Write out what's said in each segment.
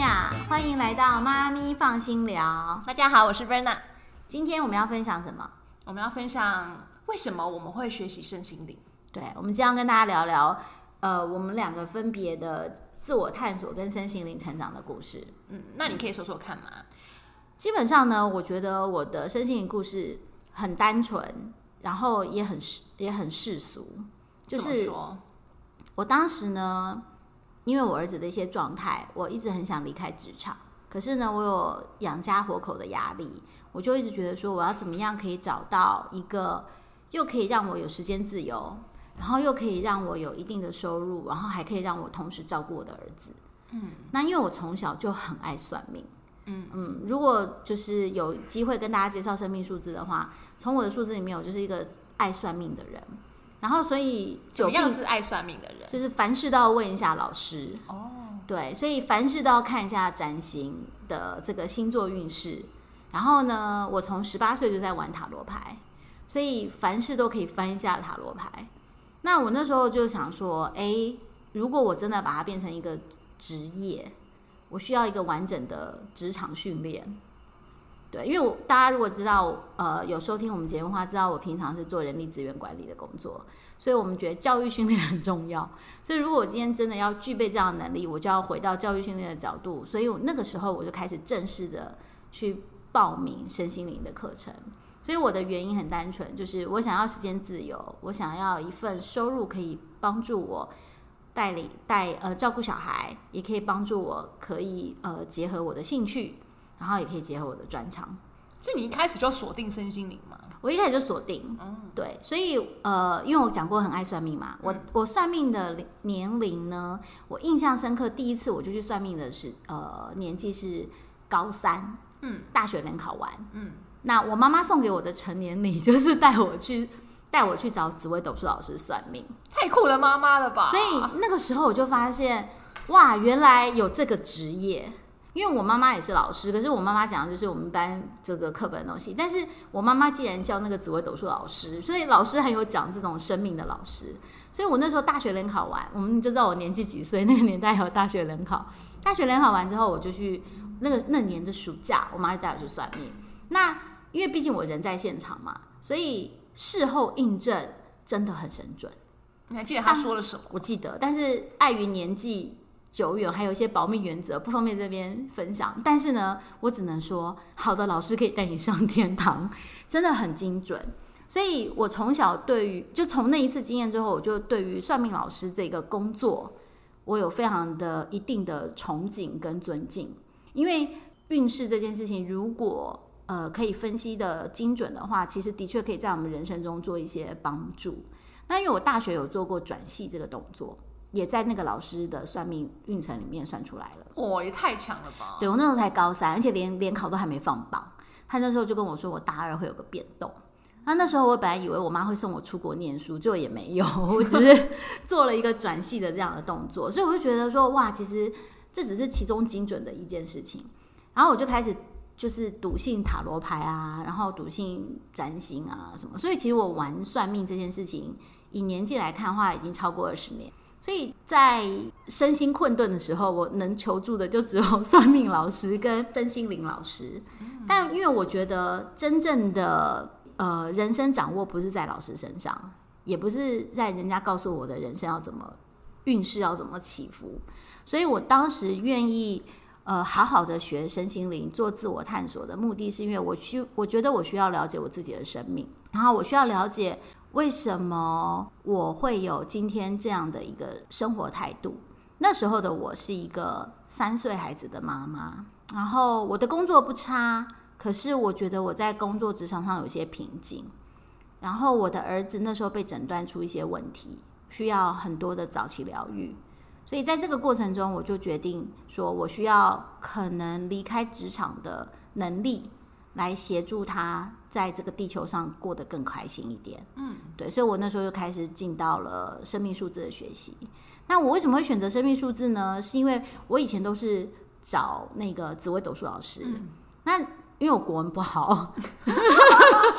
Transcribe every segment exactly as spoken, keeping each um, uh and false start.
雅，欢迎来到妈咪放心聊。 大家好，我是 Verna。 今天我们要分享什么？ 我们要分享为什么我们会学习身心灵。 对，我们今天要跟大家聊聊，呃，我们两个分别的自我探索跟身心灵成长的故事。 嗯，那你可以说说看吗？ 基本上呢，我觉得我的身心灵故事很单纯，然后也很也很世俗。就是我当时呢，因为我儿子的一些状态，我一直很想离开职场。可是呢，我有养家活口的压力，我就一直觉得说，我要怎么样可以找到一个又可以让我有时间自由，然后又可以让我有一定的收入，然后还可以让我同时照顾我的儿子。嗯，那因为我从小就很爱算命。嗯嗯，如果就是有机会跟大家介绍生命数字的话，从我的数字里面，我就是一个爱算命的人。然后，所以怎么样是爱算命的人？ 就是凡事都要问一下老师哦。 对，所以凡事都要看一下占星的这个星座运势。然后呢，我从十八岁就在玩塔罗牌，所以凡事都可以翻一下塔罗牌。那我那时候就想说，哎，如果我真的把它变成一个职业，我需要一个完整的职场训练。对，因为我大家如果知道，呃，有收听我们节目的话，知道我平常是做人力资源管理的工作，所以我们觉得教育训练很重要。所以如果我今天真的要具备这样的能力，我就要回到教育训练的角度。所以我那个时候我就开始正式的去报名身心灵的课程。所以我的原因很单纯，就是我想要时间自由，我想要一份收入可以帮助我带领带呃照顾小孩，也可以帮助我可以呃结合我的兴趣。然后也可以结合我的专长。 是你一开始就锁定身心灵吗？ 我一开始就锁定，嗯，对，所以呃，因为我讲过很爱算命嘛，我我算命的年龄呢，我印象深刻，第一次我就去算命的是呃年纪是高三，嗯，大学联考完，嗯，那我妈妈送给我的成年礼就是带我去带我去找紫微斗数老师算命， 太酷了妈妈了吧？ 所以那个时候我就发现，哇，原来有这个职业。因为我妈妈也是老师，可是我妈妈讲的就是我们班这个课本的东西。但是我妈妈既然叫那个紫微斗数老师，所以老师很有讲这种生命的老师。所以我那时候大学联考完，我们就知道我年纪几岁，那个年代有大学联考。大学联考完之后，我就去那个那年的暑假，我妈就带我去算命。那因为毕竟我人在现场嘛，所以事后印证真的很神准。 你还记得他说了什么？ 我记得，但是碍于年纪久远，还有一些保密原则，不方便这边分享。但是呢，我只能说，好的老师可以带你上天堂，真的很精准。所以我从小对于，就从那一次经验之后，我就对于算命老师这个工作，我有非常的一定的憧憬跟尊敬。因为运势这件事情，如果呃可以分析的精准的话，其实的确可以在我们人生中做一些帮助。那因为我大学有做过转系这个动作。也在那个老师的算命运程里面算出来了。 哇，也太强了吧！ 对，我那时候才高三，而且连联考都还没放榜。他那时候就跟我说，我大二会有个变动。那那时候我本来以为我妈会送我出国念书，结果也没有，我只是做了一个转系的这样的动作。所以我就觉得说，哇，其实这只是其中精准的一件事情。然后我就开始就是笃信塔罗牌啊，然后笃信占星啊什么。所以其实我玩算命这件事情，以年纪来看的话，已经超过二十年。所以在身心困顿的时候，我能求助的就只有算命老师跟身心灵老师。但因为我觉得真正的呃人生掌握不是在老师身上，也不是在人家告诉我的人生要怎么运势要怎么起伏，所以我当时愿意呃好好的学身心灵，做自我探索的目的是因为我需我觉得我需要了解我自己的生命，然后我需要了解。为什么我会有今天这样的一个生活态度？那时候的我是一个三岁孩子的妈妈，然后我的工作不差，可是我觉得我在工作职场上有些瓶颈。然后我的儿子那时候被诊断出一些问题，需要很多的早期疗愈，所以在这个过程中，我就决定说我需要可能离开职场的能力。来协助他在这个地球上过得更开心一点。嗯，对，所以我那时候就开始进到了生命数字的学习。那我为什么会选择生命数字呢？是因为我以前都是找那个紫微斗数老师，嗯、那因为我国文不好，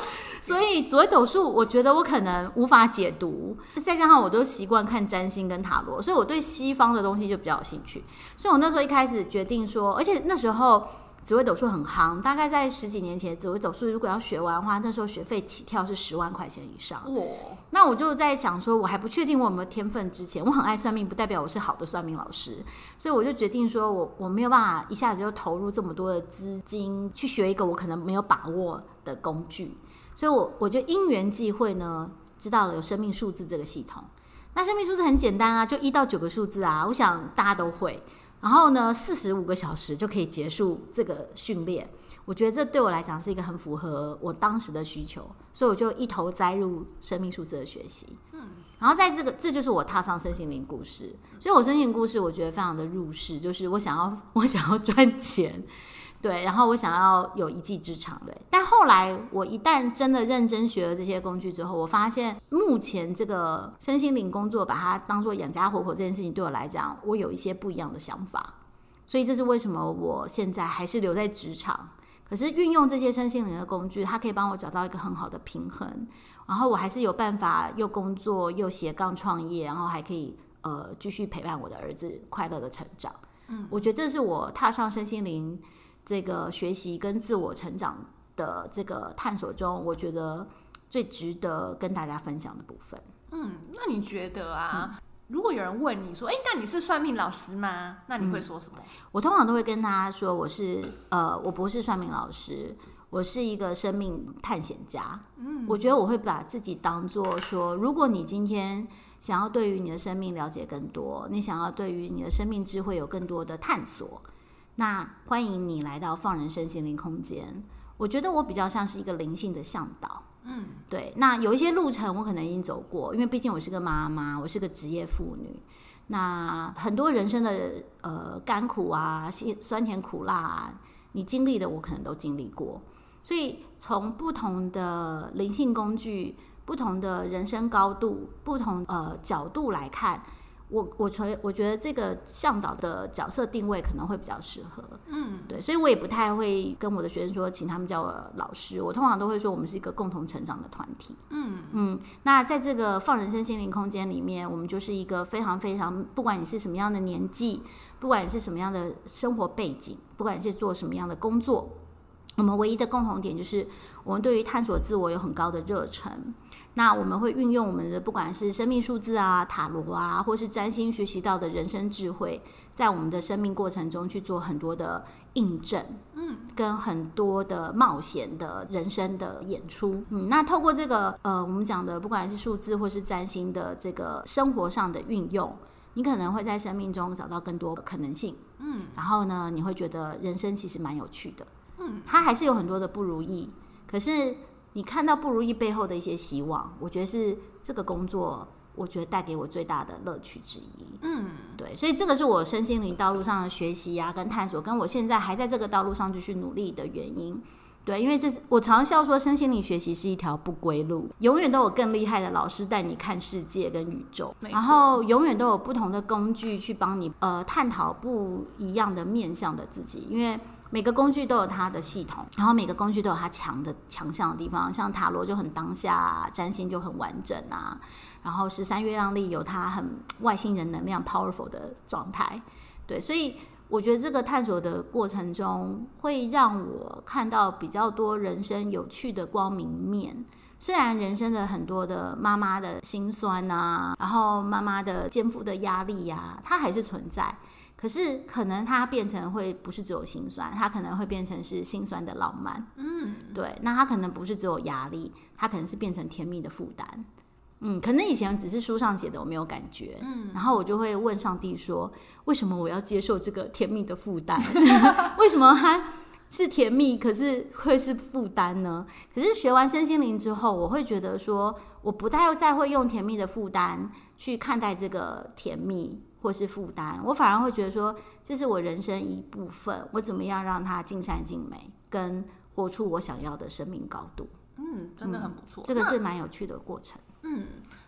所以紫微斗数我觉得我可能无法解读，再加上我都习惯看占星跟塔罗，所以我对西方的东西就比较有兴趣。所以我那时候一开始决定说，而且那时候紫微斗数很夯，大概在十几年前，紫微斗数如果要学完的话，那时候学费起跳是十万块钱以上。 哦， 那我就在想说，我还不确定我有没有天分之前，我很爱算命，不代表我是好的算命老师，所以我就决定说我我没有办法一下子就投入这么多的资金去学一个我可能没有把握的工具，所以我我就因缘际会呢，知道了有生命数字这个系统。那生命数字很简单啊，就一到九个数字啊，我想大家都会。然后呢，四十五个小时就可以结束这个训练。我觉得这对我来讲是一个很符合我当时的需求，所以我就一头栽入生命数字的学习。嗯，然后在这个，这就是我踏上身心灵故事。所以我身心灵故事，我觉得非常的入世，就是我想要，我想要赚钱。对，然后我想要有一技之长，对。但后来我一旦真的认真学了这些工具之后，我发现目前这个身心灵工作，把它当作养家活口这件事情，对我来讲，我有一些不一样的想法。所以这是为什么我现在还是留在职场，可是运用这些身心灵的工具，它可以帮我找到一个很好的平衡，然后我还是有办法又工作又斜杠创业，然后还可以呃继续陪伴我的儿子快乐的成长。嗯，我觉得这是我踏上身心灵这个学习跟自我成长的这个探索中，我觉得最值得跟大家分享的部分。 嗯，那你觉得啊，嗯、如果有人问你说，哎、欸，那你是算命老师吗？那你会说什么？嗯、 我通常都会跟他说，我是呃，我不是算命老师，我是一个生命探险家。嗯，我觉得我会把自己当作说，如果你今天想要对于你的生命了解更多，你想要对于你的生命智慧有更多的探索，那欢迎你来到放人身心灵空间。我觉得我比较像是一个灵性的向导。嗯，对。那有一些路程我可能已经走过，因为毕竟我是个妈妈，我是个职业妇女。那很多人生的呃甘苦啊、酸甜苦辣啊，你经历的我可能都经历过。所以从不同的灵性工具、不同的人生高度、不同呃角度来看。我我觉我觉得这个向导的角色定位可能会比较适合，嗯，对，所以我也不太会跟我的学生说，请他们叫我老师，我通常都会说我们是一个共同成长的团体，嗯嗯。那在这个放人身心灵空间里面，我们就是一个非常非常，不管你是什么样的年纪，不管你是什么样的生活背景，不管你是做什么样的工作，我们唯一的共同点就是我们对于探索自我有很高的热忱。那我们会运用我们的不管是生命数字啊、塔罗啊，或是占星学习到的人生智慧，在我们的生命过程中去做很多的印证，嗯，跟很多的冒险的人生的演出，嗯，那透过这个呃，我们讲的不管是数字或是占星的这个生活上的运用，你可能会在生命中找到更多的可能性，嗯，然后呢，你会觉得人生其实蛮有趣的，嗯，它还是有很多的不如意，可是你看到不如意背后的一些希望，我觉得是这个工作，我觉得带给我最大的乐趣之一。嗯，对，所以这个是我身心灵道路上的学习啊，跟探索，跟我现在还在这个道路上继续努力的原因。对，因为这是我常笑说，身心灵学习是一条不归路，永远都有更厉害的老师带你看世界跟宇宙，然后永远都有不同的工具去帮你呃探讨不一样的面向的自己，因为每个工具都有它的系统，然后每个工具都有它强的强项的地方，像塔罗就很当下啊，占星就很完整啊，然后十三月亮历有它很外星人能量 powerful 的状态，对，所以我觉得这个探索的过程中会让我看到比较多人生有趣的光明面。虽然人生的很多的妈妈的辛酸啊，然后妈妈的肩负的压力啊，它还是存在，可是可能它变成会不是只有辛酸，它可能会变成是辛酸的浪漫，嗯，对，那它可能不是只有压力，它可能是变成甜蜜的负担，嗯，可能以前只是书上写的我没有感觉，嗯，然后我就会问上帝说，为什么我要接受这个甜蜜的负担？为什么它是甜蜜，可是会是负担呢？可是学完身心灵之后，我会觉得说，我不太再会用甜蜜的负担去看待这个甜蜜或是负担，我反而会觉得说，这是我人生一部分，我怎么样让它尽善尽美，跟活出我想要的生命高度。 嗯，真的很不错、 嗯，这个是蛮有趣的过程。 嗯，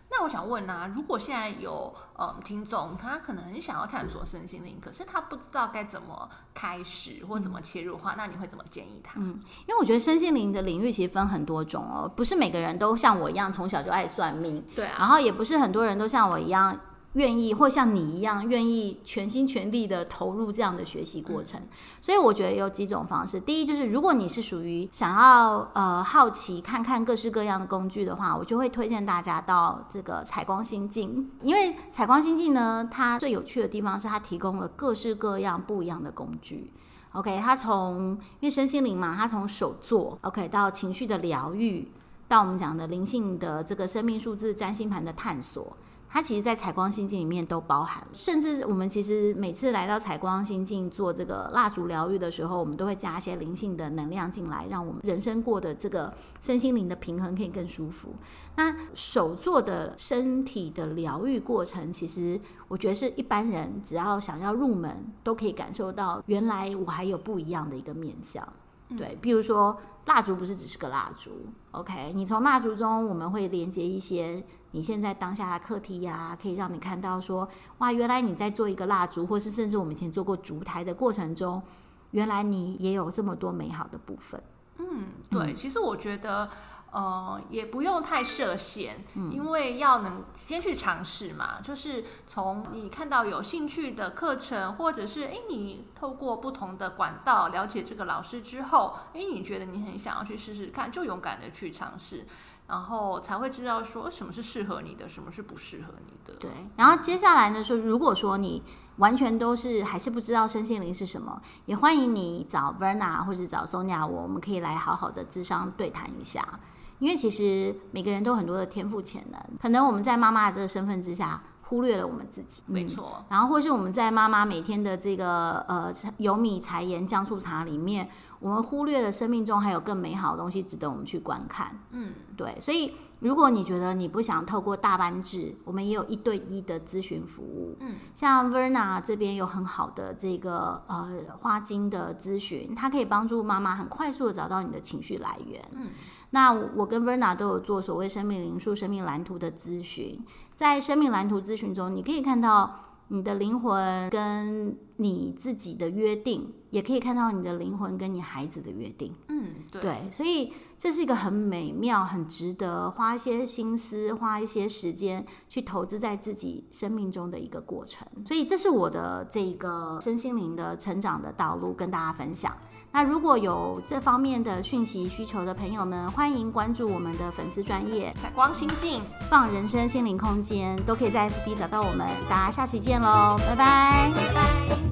那我想问啊，如果现在有嗯听众，他可能很想要探索身心灵，可是他不知道该怎么开始或怎么切入的话，嗯、那你会怎么建议他？ 嗯，因为我觉得身心灵的领域其实分很多种哦，不是每个人都像我一样从小就爱算命， 对啊， 然后也不是很多人都像我一样愿意或像你一样愿意全心全力的投入这样的学习过程、嗯、所以我觉得有几种方式。第一就是如果你是属于想要呃好奇看看各式各样的工具的话，我就会推荐大家到这个采光心境。因为采光心境呢，它最有趣的地方是它提供了各式各样不一样的工具。OK， 它从因为身心灵嘛，它从手作 OK 到情绪的疗愈，到我们讲的灵性的这个生命数字占星盘的探索，它其实在采光心境里面都包含了。甚至我们其实每次来到采光心境做这个蜡烛疗愈的时候，我们都会加一些灵性的能量进来，让我们人生过的这个身心灵的平衡可以更舒服。那手做的身体的疗愈过程，其实我觉得是一般人只要想要入门都可以感受到，原来我还有不一样的一个面向。对，比如说蜡烛不是只是个蜡烛 OK， 你从蜡烛中我们会连接一些你现在当下的课题呀、啊，可以让你看到说，哇，原来你在做一个蜡烛，或是甚至我们以前做过烛台的过程中，原来你也有这么多美好的部分。 嗯，对，嗯、其实我觉得呃，也不用太设限、 嗯、 因为要能先去尝试嘛，就是从你看到有兴趣的课程，或者是诶你透过不同的管道了解这个老师之后，诶你觉得你很想要去试试看，就勇敢的去尝试，然后才会知道说什么是适合你的，什么是不适合你的。 对，然后接下来呢，说如果说你完全都是还是不知道身心灵是什么，也欢迎你找 Verna 或者找 Sonia 我，我们可以来好好的諮商对谈一下。因为其实每个人都有很多的天赋潜能，可能我们在妈妈的这个身份之下忽略了我们自己， 没错、嗯。 然后或是我们在妈妈每天的这个呃油米柴盐酱醋茶里面，我们忽略了生命中还有更美好的东西值得我们去观看。 嗯， 对。所以如果你觉得你不想透过大班制，我们也有一对一的咨询服务。 嗯，像 Verna 这边有很好的这个呃花精的咨询，它可以帮助妈妈很快速的找到你的情绪来源。 嗯。 那我跟 Verna 都有做所谓生命灵数、生命蓝图的咨询，在生命蓝图咨询中，你可以看到你的灵魂跟你自己的约定，也可以看到你的灵魂跟你孩子的约定。 嗯，对。 对，所以这是一个很美妙、很值得花一些心思、花一些时间去投资在自己生命中的一个过程。所以这是我的这个身心灵的成长的道路，跟大家分享。那如果有这方面的讯息需求的朋友呢，欢迎关注我们的粉丝专页采光心境放人生心灵空间，都可以在 F B 找到我们。大家下期见喽，拜拜， 拜拜。